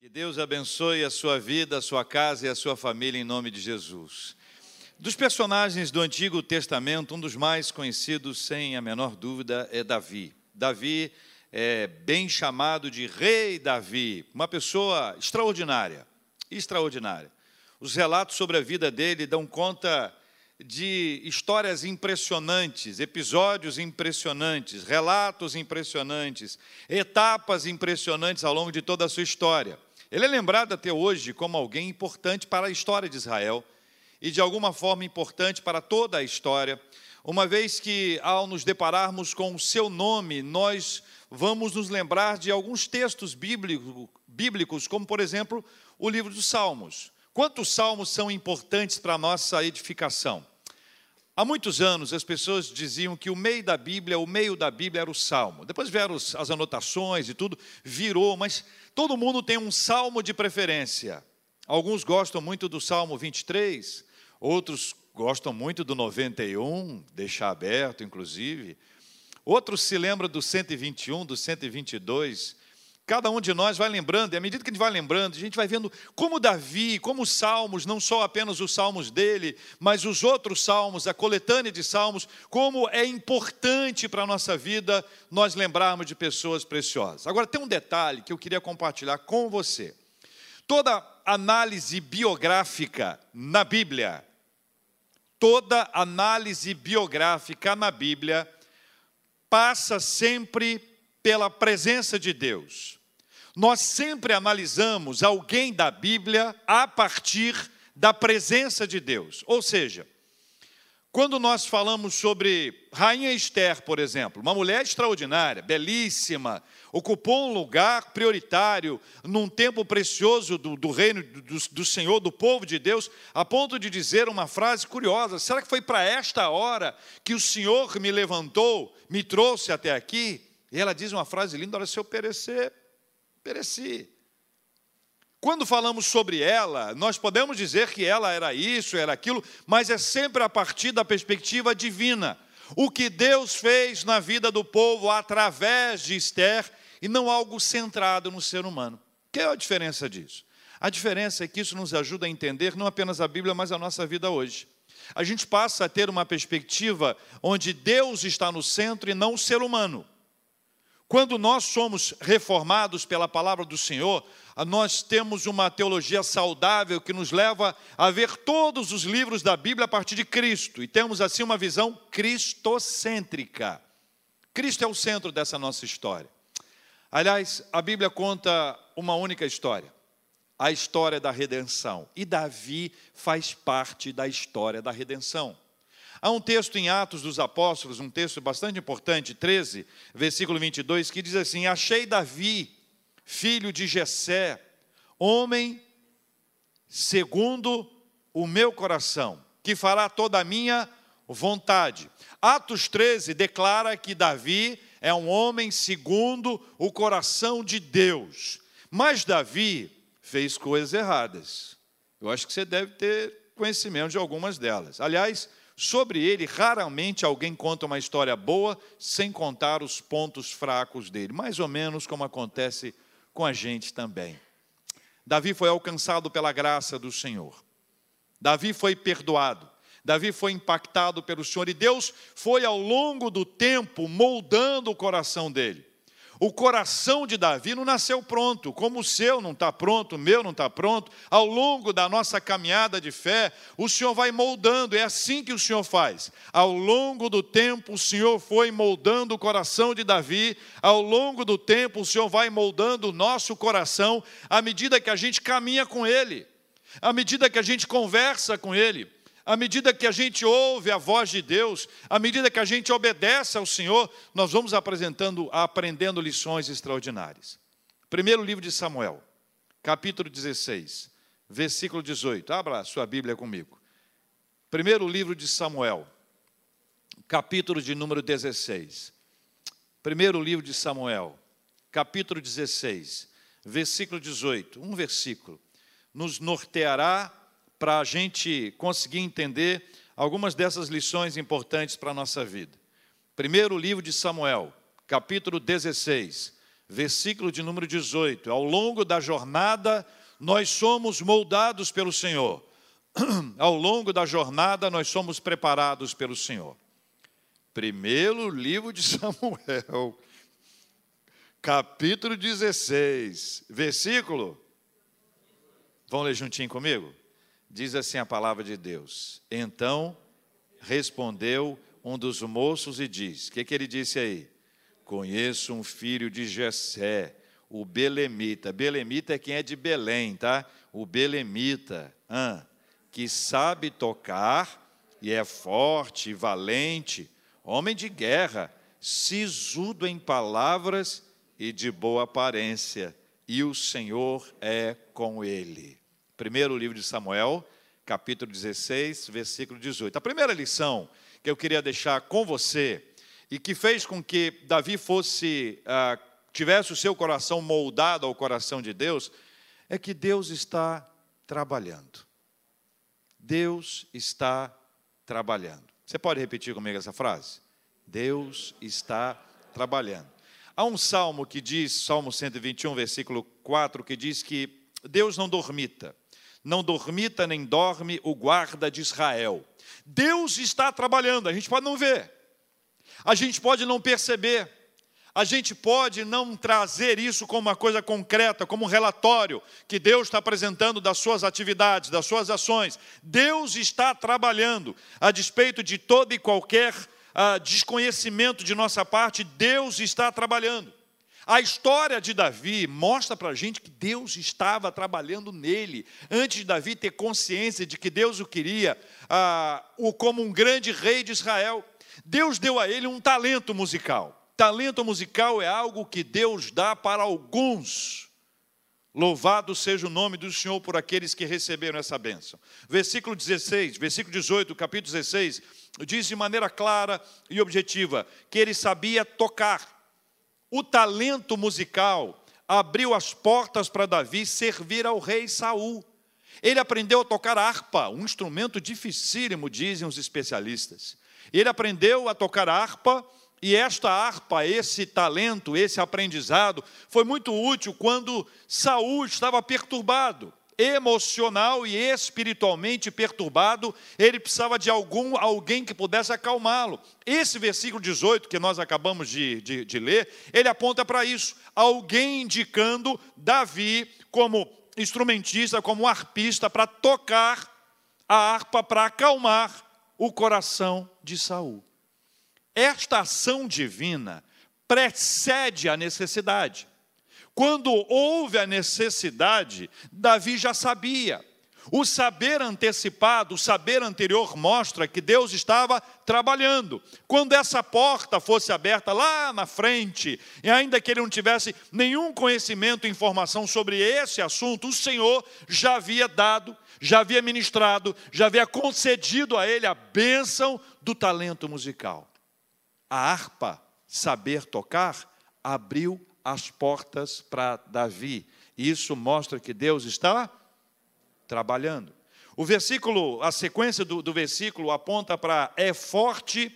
Que Deus abençoe a sua vida, a sua casa e a sua família em nome de Jesus. Dos personagens do Antigo Testamento, um dos mais conhecidos, sem a menor dúvida, é Davi. Davi é bem chamado de Rei Davi, uma pessoa extraordinária, extraordinária. Os relatos sobre a vida dele dão conta de histórias impressionantes, episódios impressionantes, relatos impressionantes, etapas impressionantes ao longo de toda a sua história. Ele é lembrado até hoje como alguém importante para a história de Israel e de alguma forma importante para toda a história, uma vez que ao nos depararmos com o seu nome, nós vamos nos lembrar de alguns textos bíblicos, como por exemplo o livro dos Salmos. Quantos salmos são importantes para a nossa edificação? Há muitos anos as pessoas diziam que o meio da Bíblia era o Salmo. Depois vieram as anotações e tudo, virou, mas todo mundo tem um salmo de preferência. Alguns gostam muito do Salmo 23, outros gostam muito do 91, deixar aberto inclusive. Outros se lembram do 121, do 122. Cada um de nós vai lembrando, e à medida que a gente vai lembrando, a gente vai vendo como Davi, como os salmos, não só apenas os salmos dele, mas os outros salmos, a coletânea de salmos, como é importante para a nossa vida nós lembrarmos de pessoas preciosas. Agora, tem um detalhe que eu queria compartilhar com você. Toda análise biográfica na Bíblia, passa sempre pela presença de Deus. Nós sempre analisamos alguém da Bíblia a partir da presença de Deus. Ou seja, quando nós falamos sobre Rainha Esther, por exemplo, uma mulher extraordinária, belíssima, ocupou um lugar prioritário num tempo precioso do reino do Senhor, do povo de Deus, a ponto de dizer uma frase curiosa: será que foi para esta hora que o Senhor me levantou, me trouxe até aqui? E ela diz uma frase linda: olha, se eu perecer, pereci. Quando falamos sobre ela, nós podemos dizer que ela era isso, era aquilo, mas é sempre a partir da perspectiva divina. O que Deus fez na vida do povo através de Esther, e não algo centrado no ser humano. Qual é a diferença disso? A diferença é que isso nos ajuda a entender não apenas a Bíblia, mas a nossa vida hoje. A gente passa a ter uma perspectiva onde Deus está no centro e não o ser humano. Quando nós somos reformados pela palavra do Senhor, nós temos uma teologia saudável que nos leva a ver todos os livros da Bíblia a partir de Cristo. E temos assim uma visão cristocêntrica. Cristo é o centro dessa nossa história. Aliás, a Bíblia conta uma única história, a história da redenção. E Davi faz parte da história da redenção. Há um texto em Atos dos Apóstolos, um texto bastante importante, 13, versículo 22, que diz assim: achei Davi, filho de Jessé, homem segundo o meu coração, que fará toda a minha vontade. Atos 13 declara que Davi é um homem segundo o coração de Deus. Mas Davi fez coisas erradas. Eu acho que você deve ter conhecimento de algumas delas. Aliás, sobre ele, raramente alguém conta uma história boa sem contar os pontos fracos dele, mais ou menos como acontece com a gente também. Davi foi alcançado pela graça do Senhor. Davi foi perdoado. Davi foi impactado pelo Senhor e Deus foi ao longo do tempo moldando o coração dele. O coração de Davi não nasceu pronto, como o seu não está pronto, o meu não está pronto. Ao longo da nossa caminhada de fé, o Senhor vai moldando, é assim que o Senhor faz. Ao longo do tempo, o Senhor foi moldando o coração de Davi. Ao longo do tempo, o Senhor vai moldando o nosso coração à medida que a gente caminha com Ele, à medida que a gente conversa com Ele, à medida que a gente ouve a voz de Deus, à medida que a gente obedece ao Senhor, nós vamos aprendendo lições extraordinárias. Primeiro livro de Samuel, capítulo 16, versículo 18. Abra a sua Bíblia comigo. Primeiro livro de Samuel, capítulo de número 16. Primeiro livro de Samuel, capítulo 16, versículo 18. Um versículo nos norteará para a gente conseguir entender algumas dessas lições importantes para a nossa vida. Primeiro livro de Samuel, capítulo 16, versículo de número 18. Ao longo da jornada, nós somos moldados pelo Senhor. Ao longo da jornada, nós somos preparados pelo Senhor. Primeiro livro de Samuel, capítulo 16, versículo. Vão ler juntinho comigo? Diz assim a palavra de Deus. Então respondeu um dos moços e diz, o que ele disse aí? Conheço um filho de Jessé, o belemita. Belemita é quem é de Belém, tá? O belemita, que sabe tocar e é forte e valente, homem de guerra, sisudo em palavras e de boa aparência, e o Senhor é com ele. Primeiro livro de Samuel, capítulo 16, versículo 18. A primeira lição que eu queria deixar com você, e que fez com que Davi tivesse o seu coração moldado ao coração de Deus, é que Deus está trabalhando. Deus está trabalhando. Você pode repetir comigo essa frase? Deus está trabalhando. Há um salmo que diz, Salmo 121, versículo 4, que diz que Deus não dormita nem dorme o guarda de Israel. Deus está trabalhando, a gente pode não ver, a gente pode não perceber, a gente pode não trazer isso como uma coisa concreta, como um relatório que Deus está apresentando das suas atividades, das suas ações. Deus está trabalhando, a despeito de todo e qualquer desconhecimento de nossa parte, Deus está trabalhando. A história de Davi mostra para a gente que Deus estava trabalhando nele, antes de Davi ter consciência de que Deus o queria como um grande rei de Israel. Deus deu a ele um talento musical. Talento musical é algo que Deus dá para alguns. Louvado seja o nome do Senhor por aqueles que receberam essa bênção. Versículo 18, capítulo 16, diz de maneira clara e objetiva que ele sabia tocar. O talento musical abriu as portas para Davi servir ao rei Saul. Ele aprendeu a tocar harpa, um instrumento dificílimo, dizem os especialistas. Ele aprendeu a tocar harpa, e esta harpa, esse talento, esse aprendizado, foi muito útil quando Saul estava perturbado, emocional e espiritualmente perturbado. Ele precisava de alguém que pudesse acalmá-lo. Esse versículo 18 que nós acabamos de ler, ele aponta para isso. Alguém indicando Davi como instrumentista, como arpista, para tocar a harpa, para acalmar o coração de Saul. Esta ação divina precede a necessidade. Quando houve a necessidade, Davi já sabia. O saber antecipado, o saber anterior mostra que Deus estava trabalhando. Quando essa porta fosse aberta lá na frente, e ainda que ele não tivesse nenhum conhecimento e informação sobre esse assunto, o Senhor já havia dado, já havia ministrado, já havia concedido a ele a bênção do talento musical. A harpa, saber tocar, abriu as portas para Davi. Isso mostra que Deus está trabalhando. O versículo, a sequência do versículo aponta para é forte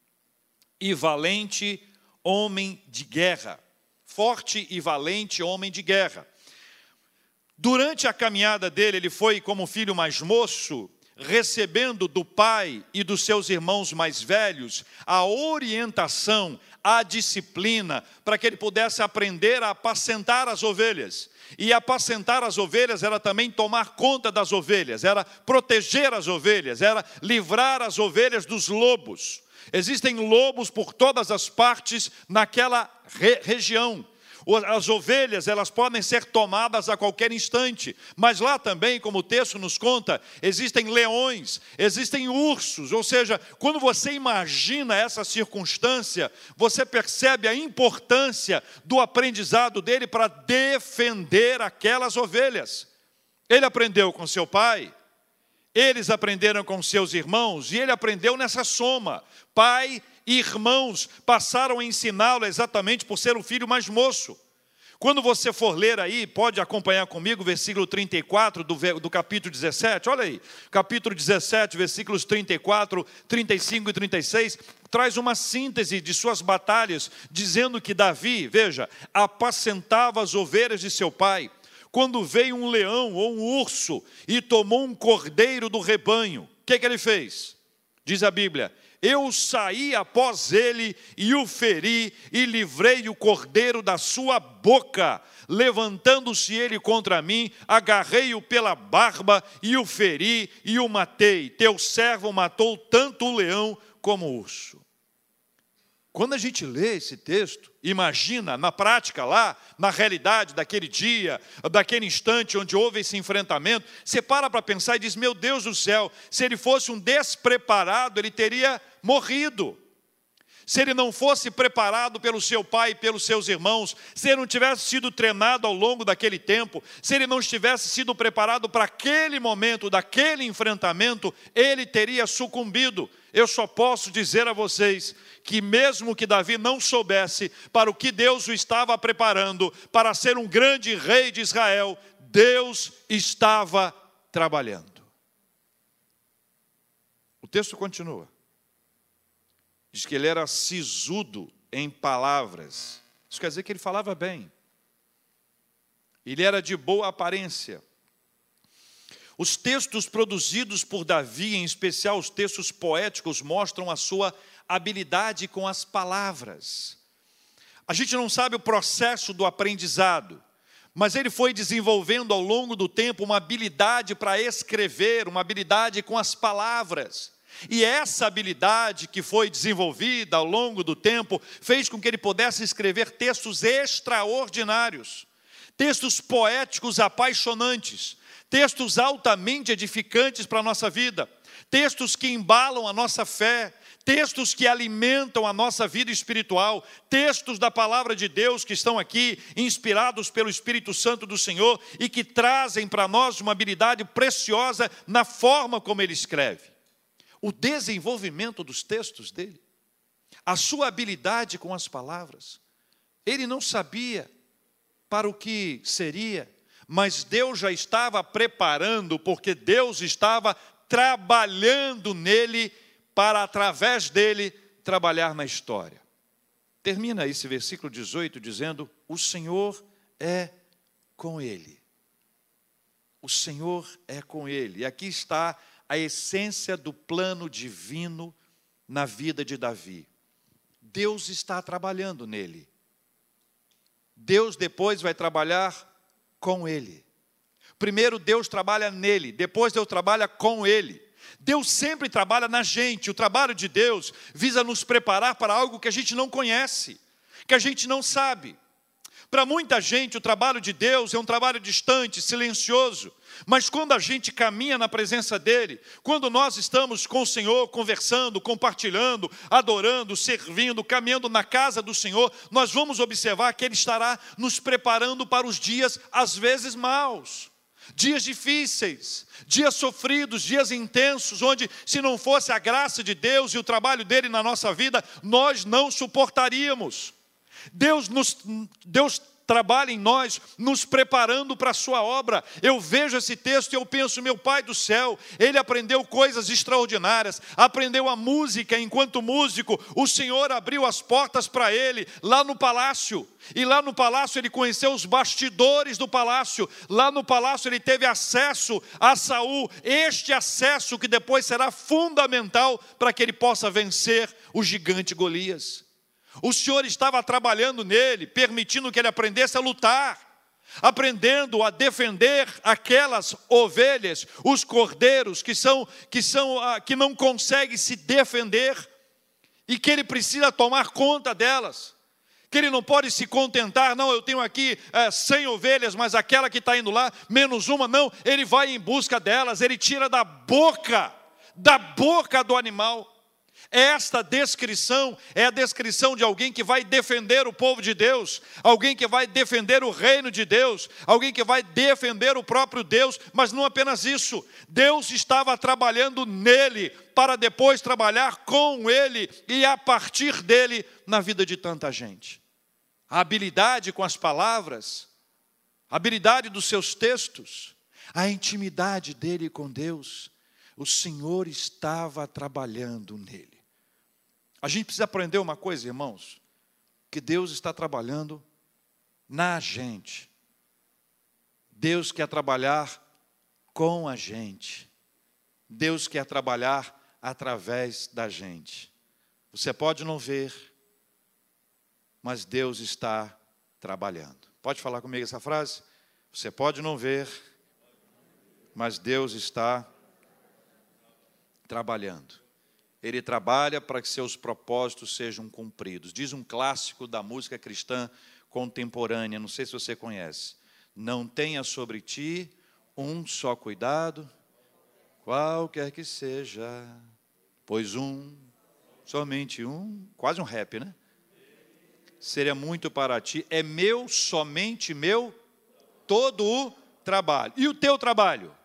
e valente homem de guerra. Forte e valente homem de guerra. Durante a caminhada dele, ele foi como filho mais moço, recebendo do pai e dos seus irmãos mais velhos a orientação, a disciplina, para que ele pudesse aprender a apacentar as ovelhas. E apacentar as ovelhas era também tomar conta das ovelhas, era proteger as ovelhas, era livrar as ovelhas dos lobos. Existem lobos por todas as partes naquela região. As ovelhas, elas podem ser tomadas a qualquer instante, mas lá também, como o texto nos conta, existem leões, existem ursos, ou seja, quando você imagina essa circunstância, você percebe a importância do aprendizado dele para defender aquelas ovelhas. Ele aprendeu com seu pai, eles aprenderam com seus irmãos, e ele aprendeu nessa soma. Pai e irmãos passaram a ensiná-lo exatamente por ser o filho mais moço. Quando você for ler aí, pode acompanhar comigo, versículo 34 do capítulo 17, olha aí, capítulo 17, versículos 34, 35 e 36, traz uma síntese de suas batalhas, dizendo que Davi, veja, apacentava as ovelhas de seu pai, quando veio um leão ou um urso e tomou um cordeiro do rebanho. O que ele fez? Diz a Bíblia: eu saí após ele e o feri e livrei o cordeiro da sua boca. Levantando-se ele contra mim, agarrei-o pela barba e o feri e o matei. Teu servo matou tanto o leão como o urso. Quando a gente lê esse texto, imagina na prática lá, na realidade daquele dia, daquele instante onde houve esse enfrentamento, você para pensar e diz: meu Deus do céu, se ele fosse um despreparado, ele teria morrido. Se ele não fosse preparado pelo seu pai e pelos seus irmãos, se ele não tivesse sido treinado ao longo daquele tempo, se ele não tivesse sido preparado para aquele momento, daquele enfrentamento, ele teria sucumbido. Eu só posso dizer a vocês que mesmo que Davi não soubesse para o que Deus o estava preparando, para ser um grande rei de Israel, Deus estava trabalhando. O texto continua. Diz que ele era sisudo em palavras. Isso quer dizer que ele falava bem. Ele era de boa aparência. Os textos produzidos por Davi, em especial os textos poéticos, mostram a sua habilidade com as palavras. A gente não sabe o processo do aprendizado, mas ele foi desenvolvendo ao longo do tempo uma habilidade para escrever, uma habilidade com as palavras. E essa habilidade que foi desenvolvida ao longo do tempo fez com que ele pudesse escrever textos extraordinários, textos poéticos apaixonantes, textos altamente edificantes para a nossa vida, textos que embalam a nossa fé, textos que alimentam a nossa vida espiritual, textos da palavra de Deus que estão aqui, inspirados pelo Espírito Santo do Senhor e que trazem para nós uma habilidade preciosa na forma como ele escreve. O desenvolvimento dos textos dele, a sua habilidade com as palavras. Ele não sabia para o que seria, mas Deus já estava preparando, porque Deus estava trabalhando nele para, através dele, trabalhar na história. Termina esse versículo 18 dizendo: o Senhor é com ele. O Senhor é com ele. E aqui está a essência do plano divino na vida de Davi. Deus está trabalhando nele. Deus depois vai trabalhar com ele. Primeiro Deus trabalha nele, depois Deus trabalha com ele. Deus sempre trabalha na gente. O trabalho de Deus visa nos preparar para algo que a gente não conhece, que a gente não sabe. Para muita gente, o trabalho de Deus é um trabalho distante, silencioso. Mas quando a gente caminha na presença dEle, quando nós estamos com o Senhor, conversando, compartilhando, adorando, servindo, caminhando na casa do Senhor, nós vamos observar que Ele estará nos preparando para os dias, às vezes, maus. Dias difíceis, dias sofridos, dias intensos, onde se não fosse a graça de Deus e o trabalho dEle na nossa vida, nós não suportaríamos. Deus trabalha em nós, nos preparando para a sua obra. Eu vejo esse texto e eu penso: meu Pai do céu, ele aprendeu coisas extraordinárias, aprendeu a música enquanto músico, o Senhor abriu as portas para ele, lá no palácio, e lá no palácio ele conheceu os bastidores do palácio, lá no palácio ele teve acesso a Saul, este acesso que depois será fundamental para que ele possa vencer o gigante Golias. O Senhor estava trabalhando nele, permitindo que ele aprendesse a lutar, aprendendo a defender aquelas ovelhas, os cordeiros que não conseguem se defender e que ele precisa tomar conta delas, que ele não pode se contentar: não, eu tenho aqui 100 ovelhas, mas aquela que está indo lá, menos uma, não, ele vai em busca delas, ele tira da boca do animal. Esta descrição é a descrição de alguém que vai defender o povo de Deus, alguém que vai defender o reino de Deus, alguém que vai defender o próprio Deus. Mas não apenas isso, Deus estava trabalhando nele para depois trabalhar com ele e a partir dele na vida de tanta gente. a habilidade com as palavras, a habilidade dos seus textos, a intimidade dele com Deus. O Senhor estava trabalhando nele. A gente precisa aprender uma coisa, irmãos, que Deus está trabalhando na gente. Deus quer trabalhar com a gente. Deus quer trabalhar através da gente. Você pode não ver, mas Deus está trabalhando. Pode falar comigo essa frase? Você pode não ver, mas Deus está trabalhando. Ele trabalha para que seus propósitos sejam cumpridos. Diz um clássico da música cristã contemporânea, não sei se você conhece: não tenha sobre ti um só cuidado, qualquer que seja, pois somente um, quase um rap, né? Seria muito para ti, é meu, somente meu, todo o trabalho. E o teu trabalho?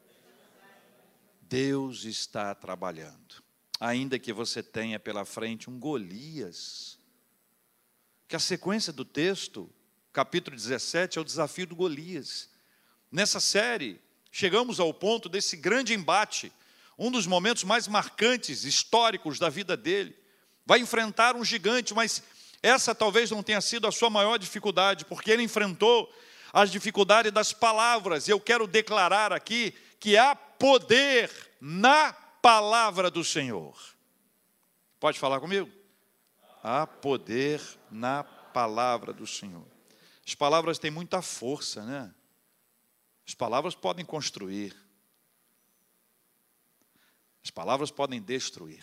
Deus está trabalhando. Ainda que você tenha pela frente um Golias, que a sequência do texto, capítulo 17, é o desafio do Golias. Nessa série, chegamos ao ponto desse grande embate, um dos momentos mais marcantes, históricos da vida dele. Vai enfrentar um gigante, mas essa talvez não tenha sido a sua maior dificuldade, porque ele enfrentou as dificuldades das palavras. Eu quero declarar aqui que há poder na palavra do Senhor. Pode falar comigo? Há poder na palavra do Senhor. As palavras têm muita força, né? As palavras podem construir. As palavras podem destruir.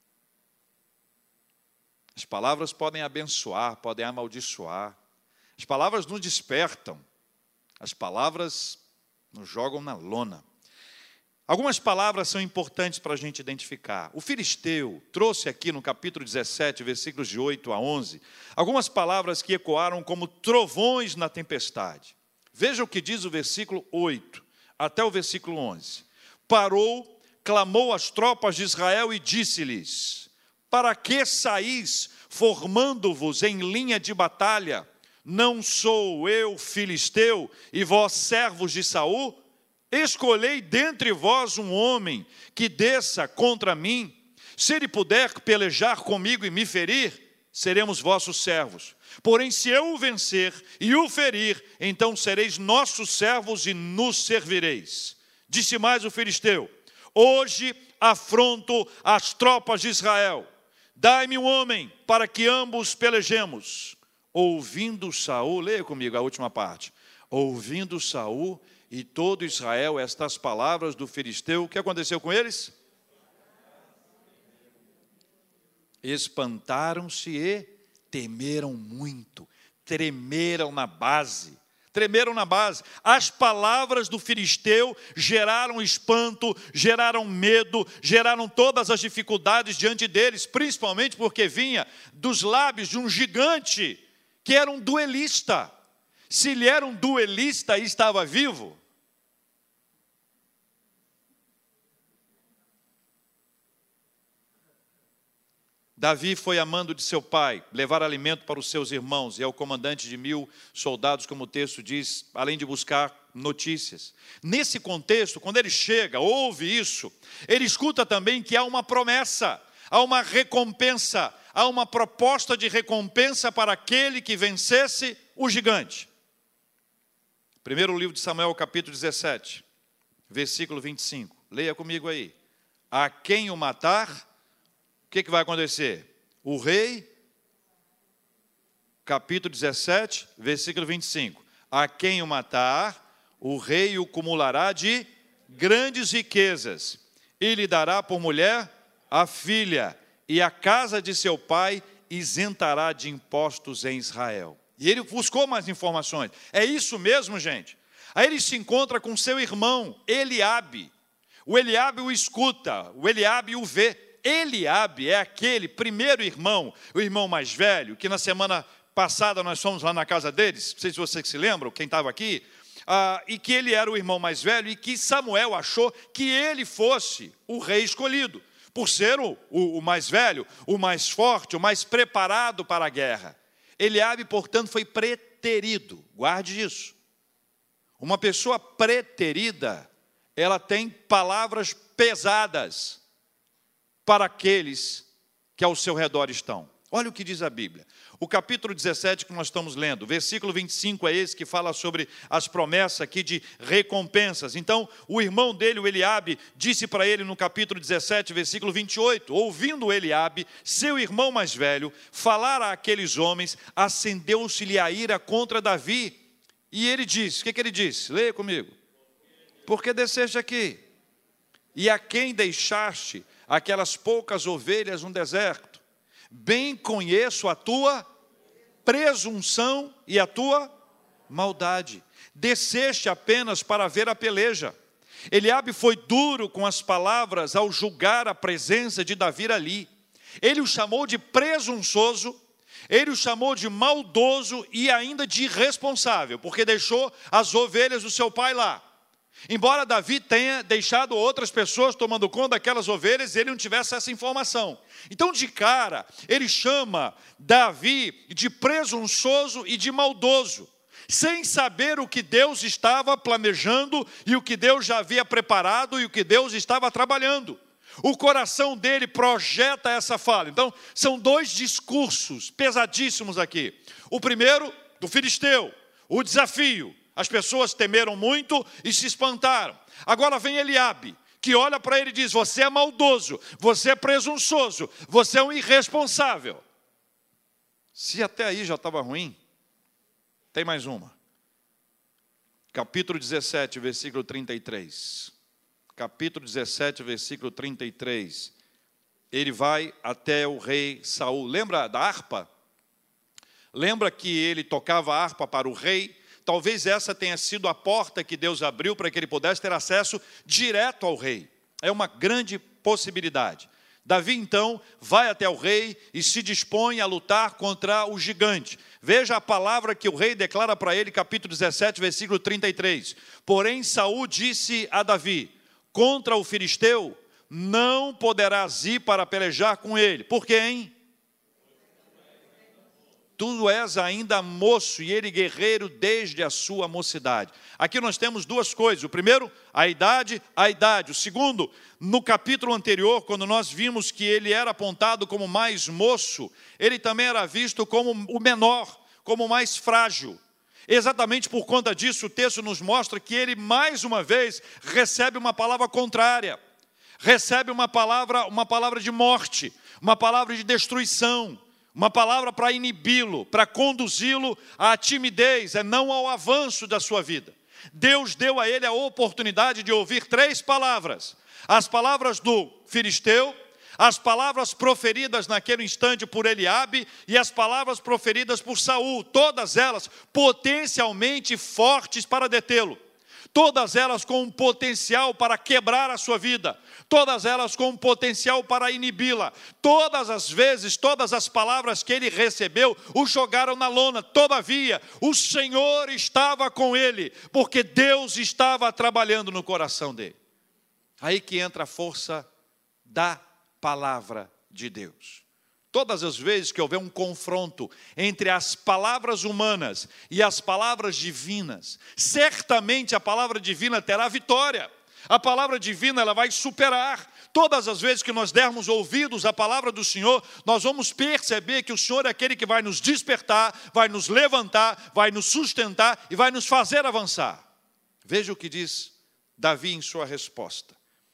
As palavras podem abençoar, podem amaldiçoar. As palavras nos despertam. As palavras nos jogam na lona. Algumas palavras são importantes para a gente identificar. O filisteu trouxe aqui no capítulo 17, versículos de 8 a 11, algumas palavras que ecoaram como trovões na tempestade. Veja o que diz o versículo 8 até o versículo 11. Parou, clamou às tropas de Israel e disse-lhes: para que saís formando-vos em linha de batalha? Não sou eu filisteu e vós servos de Saul? Escolhei dentre vós um homem que desça contra mim. Se ele puder pelejar comigo e me ferir, seremos vossos servos. Porém, se eu o vencer e o ferir, então sereis nossos servos e nos servireis. Disse mais o filisteu: hoje afronto as tropas de Israel. Dai-me um homem para que ambos pelejemos. Ouvindo Saul, leia comigo a última parte. Ouvindo Saul e todo Israel estas palavras do filisteu, o que aconteceu com eles? Espantaram-se e temeram muito, tremeram na base. Tremeram na base. As palavras do filisteu geraram espanto, geraram medo, geraram todas as dificuldades diante deles, principalmente porque vinha dos lábios de um gigante que era um duelista. Se ele era um duelista e estava vivo, Davi foi amando de seu pai, levar alimento para os seus irmãos, e é o comandante de 1000 soldados, como o texto diz, além de buscar notícias. Nesse contexto, quando ele chega, ouve isso, ele escuta também que há uma promessa, há uma recompensa, há uma proposta de recompensa para aquele que vencesse o gigante. Primeiro livro de Samuel, capítulo 17, versículo 25. Leia comigo aí. A quem o matar, o que vai acontecer? O rei, capítulo 17, versículo 25. A quem o matar, o rei o cumulará de grandes riquezas, e lhe dará por mulher a filha, e a casa de seu pai isentará de impostos em Israel. E ele buscou mais informações. É isso mesmo, gente? Aí ele se encontra com seu irmão, Eliabe. O Eliabe o escuta, o Eliabe o vê. Eliabe é aquele primeiro irmão, o irmão mais velho, que na semana passada nós fomos lá na casa deles, não sei se vocês se lembram, quem estava aqui, e que ele era o irmão mais velho, e que Samuel achou que ele fosse o rei escolhido, por ser o mais velho, o mais forte, o mais preparado para a guerra. Eliabe, portanto, foi preterido. Guarde isso. Uma pessoa preterida, ela tem palavras pesadas para aqueles que ao seu redor estão. Olha o que diz a Bíblia. O capítulo 17 que nós estamos lendo, versículo 25 é esse que fala sobre as promessas aqui de recompensas. Então, o irmão dele, o Eliabe, disse para ele no capítulo 17, versículo 28, ouvindo Eliabe, seu irmão mais velho, falar àqueles homens, acendeu-se-lhe a ira contra Davi. E ele disse, o que ele disse? Leia comigo. Por que desceste aqui? E a quem deixaste aquelas poucas ovelhas no deserto? Bem conheço a tua presunção e a tua maldade. Desceste apenas para ver a peleja. Eliabe foi duro com as palavras ao julgar a presença de Davi ali. Ele o chamou de presunçoso, ele o chamou de maldoso e ainda de irresponsável, porque deixou as ovelhas do seu pai lá. Embora Davi tenha deixado outras pessoas tomando conta daquelas ovelhas, ele não tivesse essa informação. Então, de cara, ele chama Davi de presunçoso e de maldoso, sem saber o que Deus estava planejando e o que Deus já havia preparado e o que Deus estava trabalhando. O coração dele projeta essa fala. Então, são dois discursos pesadíssimos aqui. O primeiro, do filisteu, o desafio. As pessoas temeram muito e se espantaram. Agora vem Eliabe, que olha para ele e diz, você é maldoso, você é presunçoso, você é um irresponsável. Se até aí já estava ruim, tem mais uma. Capítulo 17, versículo 33. Capítulo 17, versículo 33. Ele vai até o rei Saul. Lembra da harpa? Lembra que ele tocava a harpa para o rei? Talvez essa tenha sido a porta que Deus abriu para que ele pudesse ter acesso direto ao rei. É uma grande possibilidade. Davi, então, vai até o rei e se dispõe a lutar contra o gigante. Veja a palavra que o rei declara para ele, capítulo 17, versículo 33. Porém, Saul disse a Davi, contra o filisteu, não poderás ir para pelejar com ele. Por quê, hein? Tu és ainda moço e ele guerreiro desde a sua mocidade. Aqui nós temos duas coisas. O primeiro, a idade. O segundo, no capítulo anterior, quando nós vimos que ele era apontado como mais moço, ele também era visto como o menor, como o mais frágil. Exatamente por conta disso, o texto nos mostra que ele, mais uma vez, recebe uma palavra contrária. Recebe uma palavra de morte, uma palavra de destruição. Uma palavra para inibi-lo, para conduzi-lo à timidez, não ao avanço da sua vida. Deus deu a ele a oportunidade de ouvir três palavras. As palavras do filisteu, as palavras proferidas naquele instante por Eliabe e as palavras proferidas por Saul. Todas elas potencialmente fortes para detê-lo. Todas elas com um potencial para quebrar a sua vida. Todas elas com um potencial para inibi-la. Todas as vezes, todas as palavras que ele recebeu, o jogaram na lona. Todavia, o Senhor estava com ele, porque Deus estava trabalhando no coração dele. Aí que entra a força da palavra de Deus. Todas as vezes que houver um confronto entre as palavras humanas e as palavras divinas, certamente a palavra divina terá vitória. A palavra divina ela vai superar. Todas as vezes que nós dermos ouvidos à palavra do Senhor, nós vamos perceber que o Senhor é aquele que vai nos despertar, vai nos levantar, vai nos sustentar e vai nos fazer avançar. Veja o que diz Davi em sua resposta.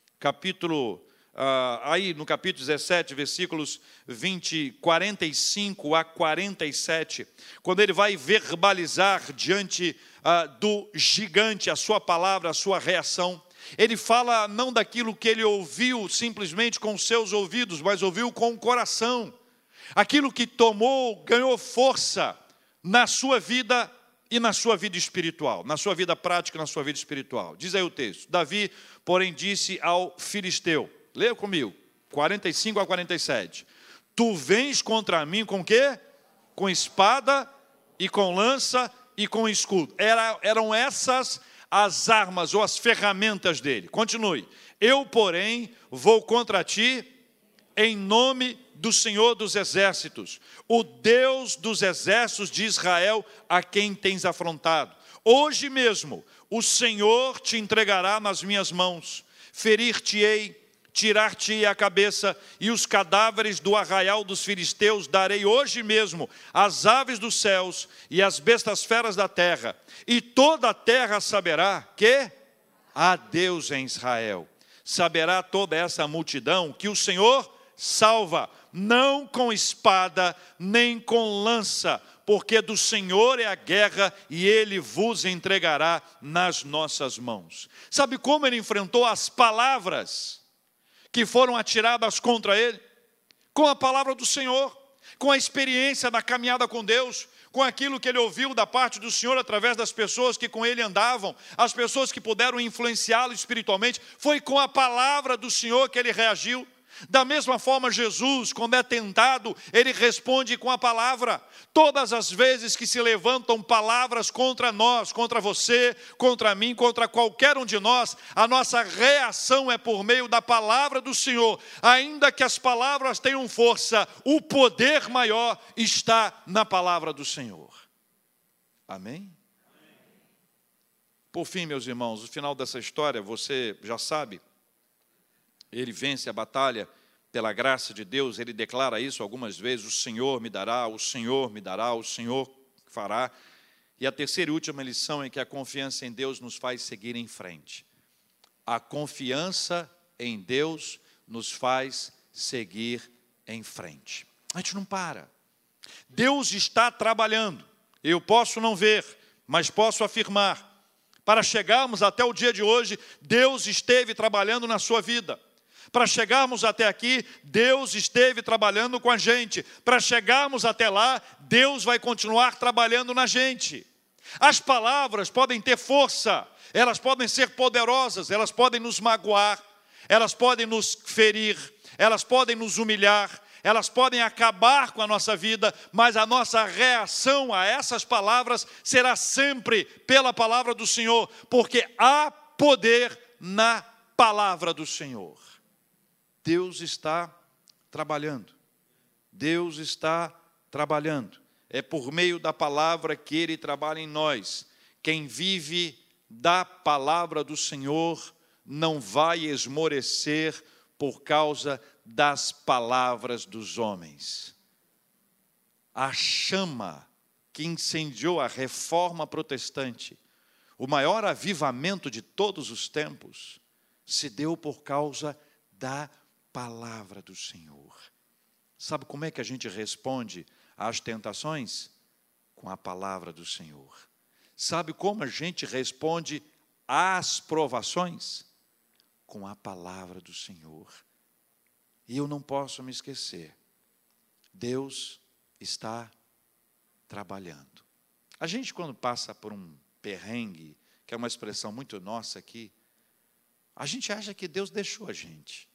Aí no capítulo 17, versículos 45 a 47, quando ele vai verbalizar diante do gigante a sua palavra, a sua reação, ele fala não daquilo que ele ouviu simplesmente com os seus ouvidos, mas ouviu com o coração. Aquilo que ganhou força na sua vida e na sua vida espiritual, na sua vida prática e na sua vida espiritual. Diz aí o texto, Davi, porém, disse ao filisteu, leia comigo, 45 a 47. Tu vens contra mim com o quê? Com espada e com lança e com escudo. Eram essas as armas ou as ferramentas dele. Continue. Eu, porém, vou contra ti em nome do Senhor dos Exércitos, o Deus dos exércitos de Israel, a quem tens afrontado. Hoje mesmo o Senhor te entregará nas minhas mãos, ferir-te-ei, tirar-te-ei a cabeça, e os cadáveres do arraial dos filisteus darei hoje mesmo às aves dos céus e às bestas feras da terra, e toda a terra saberá que há Deus em Israel. Saberá toda essa multidão que o Senhor salva, não com espada, nem com lança, porque do Senhor é a guerra e Ele vos entregará nas nossas mãos. Sabe como ele enfrentou as palavras que foram atiradas contra ele? Com a palavra do Senhor, com a experiência da caminhada com Deus, com aquilo que ele ouviu da parte do Senhor através das pessoas que com ele andavam, as pessoas que puderam influenciá-lo espiritualmente. Foi com a palavra do Senhor que ele reagiu. Da mesma forma, Jesus, quando é tentado, ele responde com a palavra. Todas as vezes que se levantam palavras contra nós, contra você, contra mim, contra qualquer um de nós, a nossa reação é por meio da palavra do Senhor. Ainda que as palavras tenham força, o poder maior está na palavra do Senhor. Amém? Por fim, meus irmãos, o final dessa história, você já sabe. Ele vence a batalha pela graça de Deus, ele declara isso algumas vezes: o Senhor me dará, o Senhor me dará, o Senhor fará. E a terceira e última lição é que a confiança em Deus nos faz seguir em frente. A confiança em Deus nos faz seguir em frente. A gente não para. Deus está trabalhando. Eu posso não ver, mas posso afirmar. Para chegarmos até o dia de hoje, Deus esteve trabalhando na sua vida. Para chegarmos até aqui, Deus esteve trabalhando com a gente. Para chegarmos até lá, Deus vai continuar trabalhando na gente. As palavras podem ter força, elas podem ser poderosas, elas podem nos magoar, elas podem nos ferir, elas podem nos humilhar, elas podem acabar com a nossa vida, mas a nossa reação a essas palavras será sempre pela palavra do Senhor, porque há poder na palavra do Senhor. Deus está trabalhando. Deus está trabalhando. É por meio da palavra que Ele trabalha em nós. Quem vive da palavra do Senhor não vai esmorecer por causa das palavras dos homens. A chama que incendiou a reforma protestante, o maior avivamento de todos os tempos, se deu por causa da palavra do Senhor. Sabe como é que a gente responde às tentações? Com a palavra do Senhor. Sabe como a gente responde às provações? Com a palavra do Senhor. E eu não posso me esquecer. Deus está trabalhando. A gente, quando passa por um perrengue, que é uma expressão muito nossa aqui, a gente acha que Deus deixou a gente.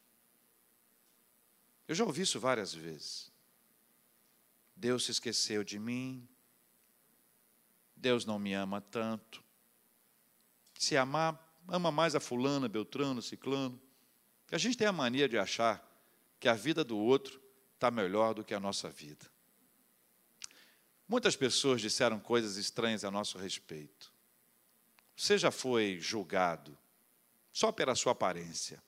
Eu já ouvi isso várias vezes. Deus se esqueceu de mim. Deus não me ama tanto. Se amar, ama mais a fulana, beltrano, ciclano. A gente tem a mania de achar que a vida do outro está melhor do que a nossa vida. Muitas pessoas disseram coisas estranhas a nosso respeito. Você já foi julgado só pela sua aparência.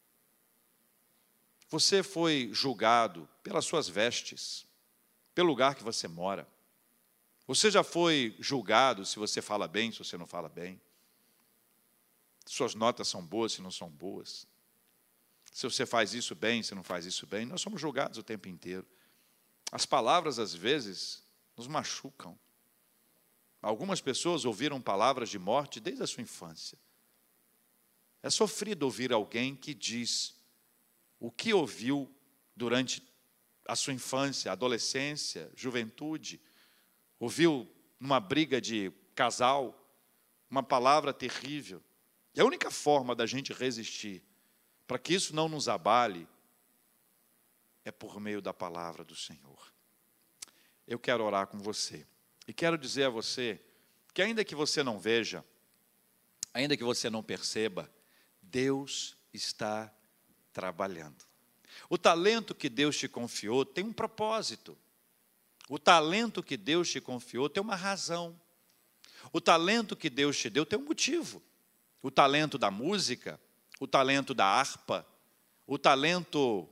Você foi julgado pelas suas vestes, pelo lugar que você mora. Você já foi julgado se você fala bem, se você não fala bem. Suas notas são boas, se não são boas. Se você faz isso bem, se não faz isso bem. Nós somos julgados o tempo inteiro. As palavras, às vezes, nos machucam. Algumas pessoas ouviram palavras de morte desde a sua infância. É sofrido ouvir alguém que diz o que ouviu durante a sua infância, adolescência, juventude, ouviu numa briga de casal, uma palavra terrível. E a única forma da gente resistir, para que isso não nos abale, é por meio da palavra do Senhor. Eu quero orar com você. E quero dizer a você que ainda que você não veja, ainda que você não perceba, Deus está trabalhando. O talento que Deus te confiou tem um propósito. O talento que Deus te confiou tem uma razão. O talento que Deus te deu tem um motivo. O talento da música, o talento da harpa, o talento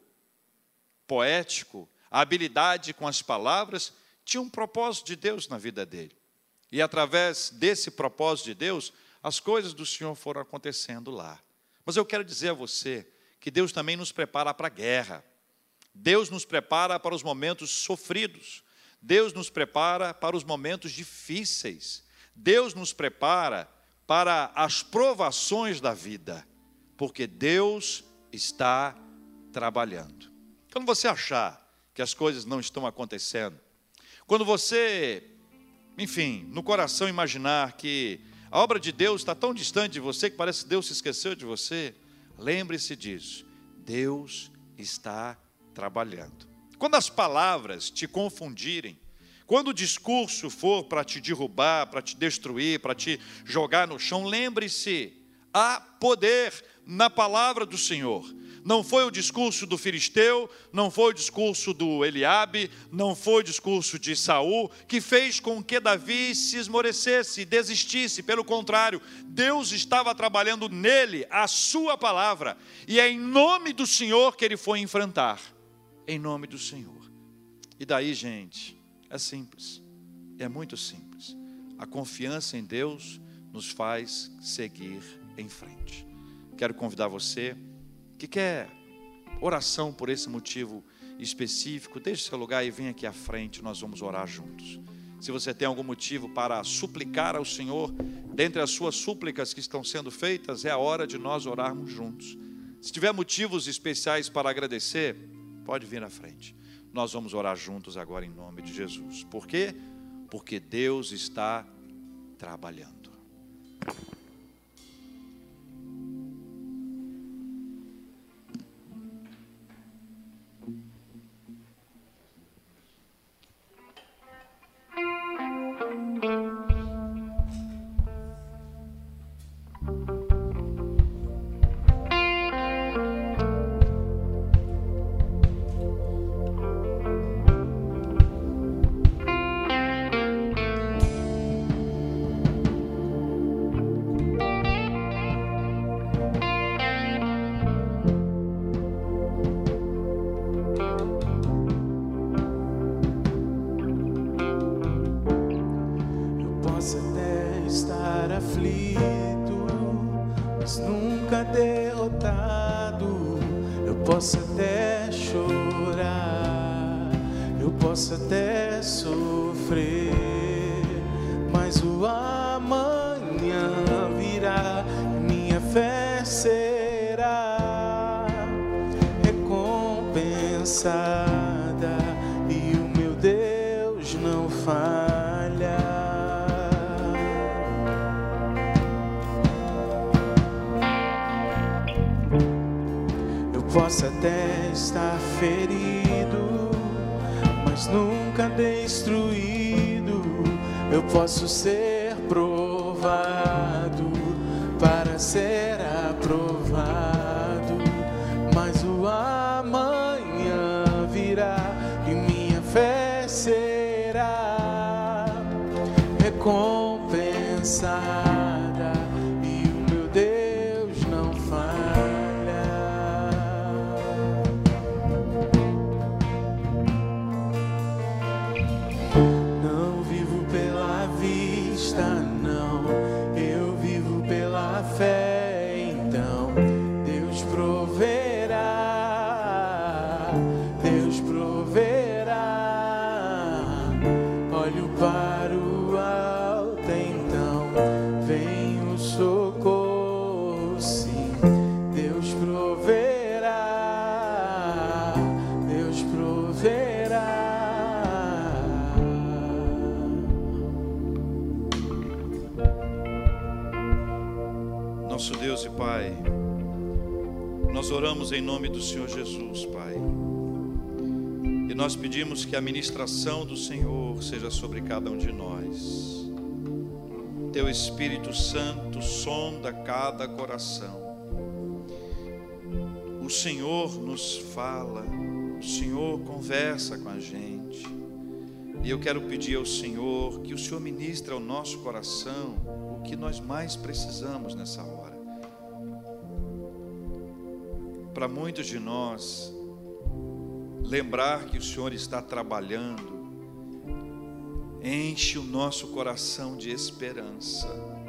poético, a habilidade com as palavras, tinha um propósito de Deus na vida dele. E através desse propósito de Deus, as coisas do Senhor foram acontecendo lá. Mas eu quero dizer a você que Deus também nos prepara para a guerra. Deus nos prepara para os momentos sofridos. Deus nos prepara para os momentos difíceis. Deus nos prepara para as provações da vida, porque Deus está trabalhando. Quando você achar que as coisas não estão acontecendo, quando você, enfim, no coração imaginar que a obra de Deus está tão distante de você que parece que Deus se esqueceu de você, lembre-se disso, Deus está trabalhando. Quando as palavras te confundirem, quando o discurso for para te derrubar, para te destruir, para te jogar no chão, lembre-se, há poder na palavra do Senhor. Não foi o discurso do Filisteu, não foi o discurso do Eliabe, não foi o discurso de Saul que fez com que Davi se esmorecesse, desistisse. Pelo contrário, Deus estava trabalhando nele a sua palavra. E é em nome do Senhor que ele foi enfrentar. Em nome do Senhor. E daí, gente, é simples. É muito simples. A confiança em Deus nos faz seguir em frente. Quero convidar você que quer oração por esse motivo específico, deixe seu lugar e vem aqui à frente, nós vamos orar juntos. Se você tem algum motivo para suplicar ao Senhor, dentre as suas súplicas que estão sendo feitas, é a hora de nós orarmos juntos. Se tiver motivos especiais para agradecer, pode vir à frente. Nós vamos orar juntos agora em nome de Jesus. Por quê? Porque Deus está trabalhando. Posso até chorar, eu posso até sofrer, mas o amanhã virá, minha fé será recompensada e o meu Deus não falha. Posso até estar ferido, mas nunca destruído. Eu posso ser provado para ser aprovado, mas o amanhã virá e minha fé será recompensada e o meu Deus não falha. Nosso Deus e Pai, nós oramos em nome do Senhor Jesus, Pai, e nós pedimos que a ministração do Senhor seja sobre cada um de nós. Teu Espírito Santo sonda cada coração, o Senhor nos fala, o Senhor conversa com a gente. E eu quero pedir ao Senhor que o Senhor ministre ao nosso coração o que nós mais precisamos nessa hora. Para muitos de nós, lembrar que o Senhor está trabalhando enche o nosso coração de esperança.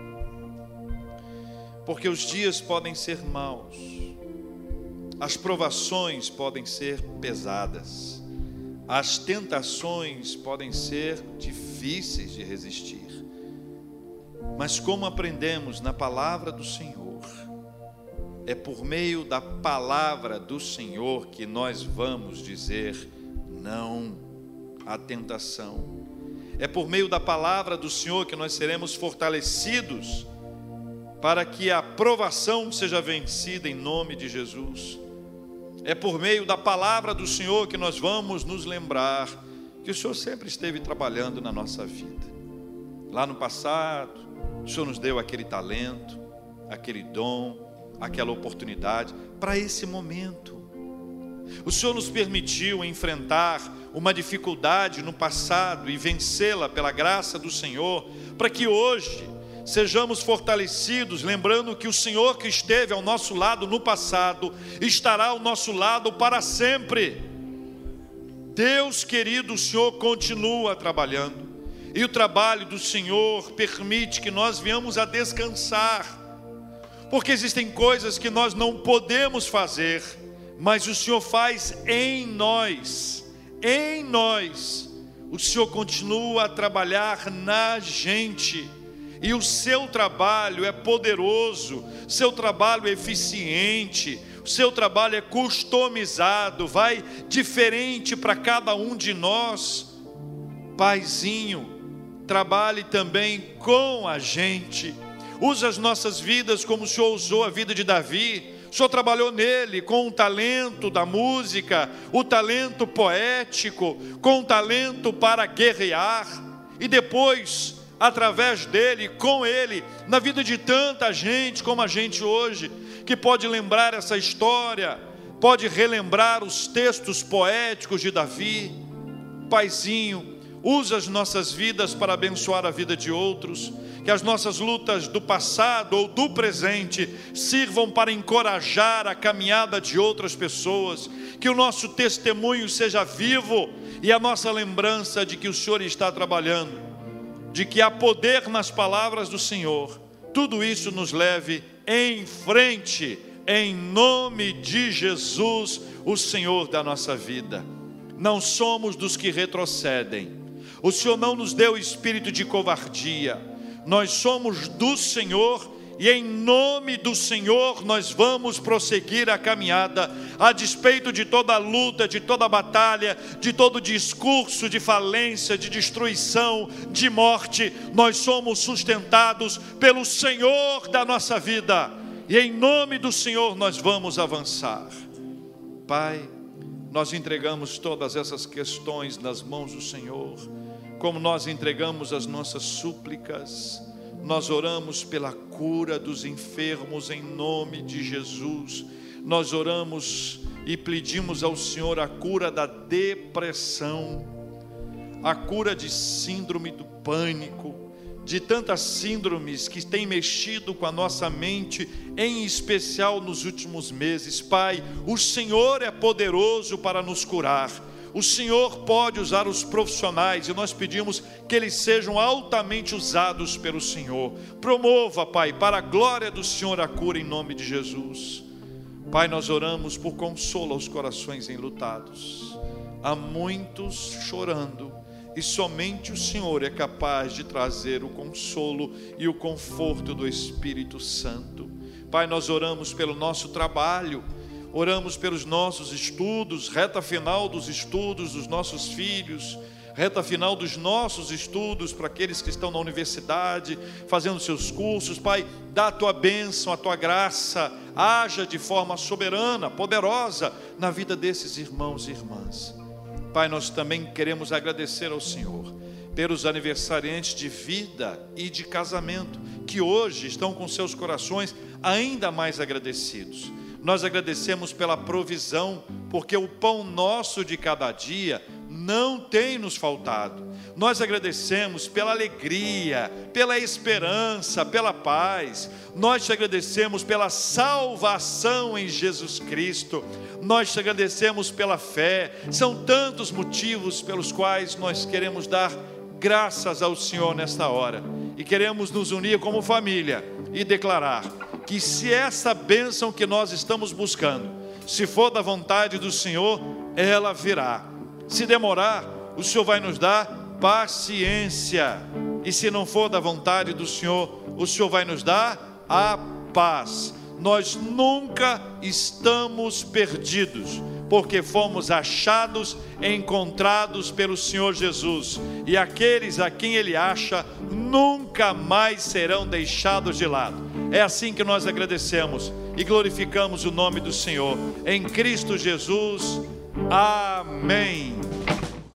Porque os dias podem ser maus, as provações podem ser pesadas, as tentações podem ser difíceis de resistir. Mas como aprendemos na palavra do Senhor, é por meio da palavra do Senhor que nós vamos dizer não à tentação. É por meio da palavra do Senhor que nós seremos fortalecidos para que a provação seja vencida em nome de Jesus. É por meio da palavra do Senhor que nós vamos nos lembrar que o Senhor sempre esteve trabalhando na nossa vida. Lá no passado, o Senhor nos deu aquele talento, aquele dom, aquela oportunidade para esse momento. O Senhor nos permitiu enfrentar uma dificuldade no passado e vencê-la pela graça do Senhor, para que hoje sejamos fortalecidos, lembrando que o Senhor que esteve ao nosso lado no passado, estará ao nosso lado para sempre. Deus querido, o Senhor continua trabalhando, e o trabalho do Senhor permite que nós venhamos a descansar, porque existem coisas que nós não podemos fazer, mas o Senhor faz em nós. Em nós, o Senhor continua a trabalhar na gente, e o seu trabalho é poderoso, seu trabalho é eficiente, o seu trabalho é customizado, vai diferente para cada um de nós. Paizinho, trabalhe também com a gente, use as nossas vidas como o Senhor usou a vida de Davi. O Senhor trabalhou nele com o talento da música, o talento poético, com o talento para guerrear, e depois, através dele, com ele, na vida de tanta gente como a gente hoje, que pode lembrar essa história, pode relembrar os textos poéticos de Davi. Paizinho, usa as nossas vidas para abençoar a vida de outros, que as nossas lutas do passado ou do presente sirvam para encorajar a caminhada de outras pessoas, que o nosso testemunho seja vivo e a nossa lembrança de que o Senhor está trabalhando, de que há poder nas palavras do Senhor. Tudo isso nos leve em frente, em nome de Jesus, o Senhor da nossa vida. Não somos dos que retrocedem. O Senhor não nos deu espírito de covardia. Nós somos do Senhor e em nome do Senhor nós vamos prosseguir a caminhada, a despeito de toda luta, de toda batalha, de todo discurso de falência, de destruição, de morte. Nós somos sustentados pelo Senhor da nossa vida e em nome do Senhor nós vamos avançar. Pai, nós entregamos todas essas questões nas mãos do Senhor, como nós entregamos as nossas súplicas. Nós oramos pela cura dos enfermos em nome de Jesus. Nós oramos e pedimos ao Senhor a cura da depressão, a cura de síndrome do pânico, de tantas síndromes que têm mexido com a nossa mente, em especial nos últimos meses. Pai, o Senhor é poderoso para nos curar. O Senhor pode usar os profissionais e nós pedimos que eles sejam altamente usados pelo Senhor. Promova, Pai, para a glória do Senhor a cura em nome de Jesus. Pai, nós oramos por consolo aos corações enlutados. Há muitos chorando e somente o Senhor é capaz de trazer o consolo e o conforto do Espírito Santo. Pai, nós oramos pelo nosso trabalho. Oramos pelos nossos estudos, reta final dos estudos dos nossos filhos, reta final dos nossos estudos para aqueles que estão na universidade, fazendo seus cursos. Pai, dá a Tua bênção, a Tua graça, haja de forma soberana, poderosa na vida desses irmãos e irmãs. Pai, nós também queremos agradecer ao Senhor pelos aniversariantes de vida e de casamento, que hoje estão com seus corações ainda mais agradecidos. Nós agradecemos pela provisão, porque o pão nosso de cada dia não tem nos faltado. Nós agradecemos pela alegria, pela esperança, pela paz. Nós te agradecemos pela salvação em Jesus Cristo. Nós te agradecemos pela fé. São tantos motivos pelos quais nós queremos dar graças ao Senhor nesta hora. E queremos nos unir como família e declarar que se essa bênção que nós estamos buscando, se for da vontade do Senhor, ela virá. Se demorar, o Senhor vai nos dar paciência. E se não for da vontade do Senhor, o Senhor vai nos dar a paz. Nós nunca estamos perdidos, porque fomos achados, encontrados pelo Senhor Jesus. E aqueles a quem Ele acha, nunca mais serão deixados de lado. É assim que nós agradecemos e glorificamos o nome do Senhor. Em Cristo Jesus. Amém.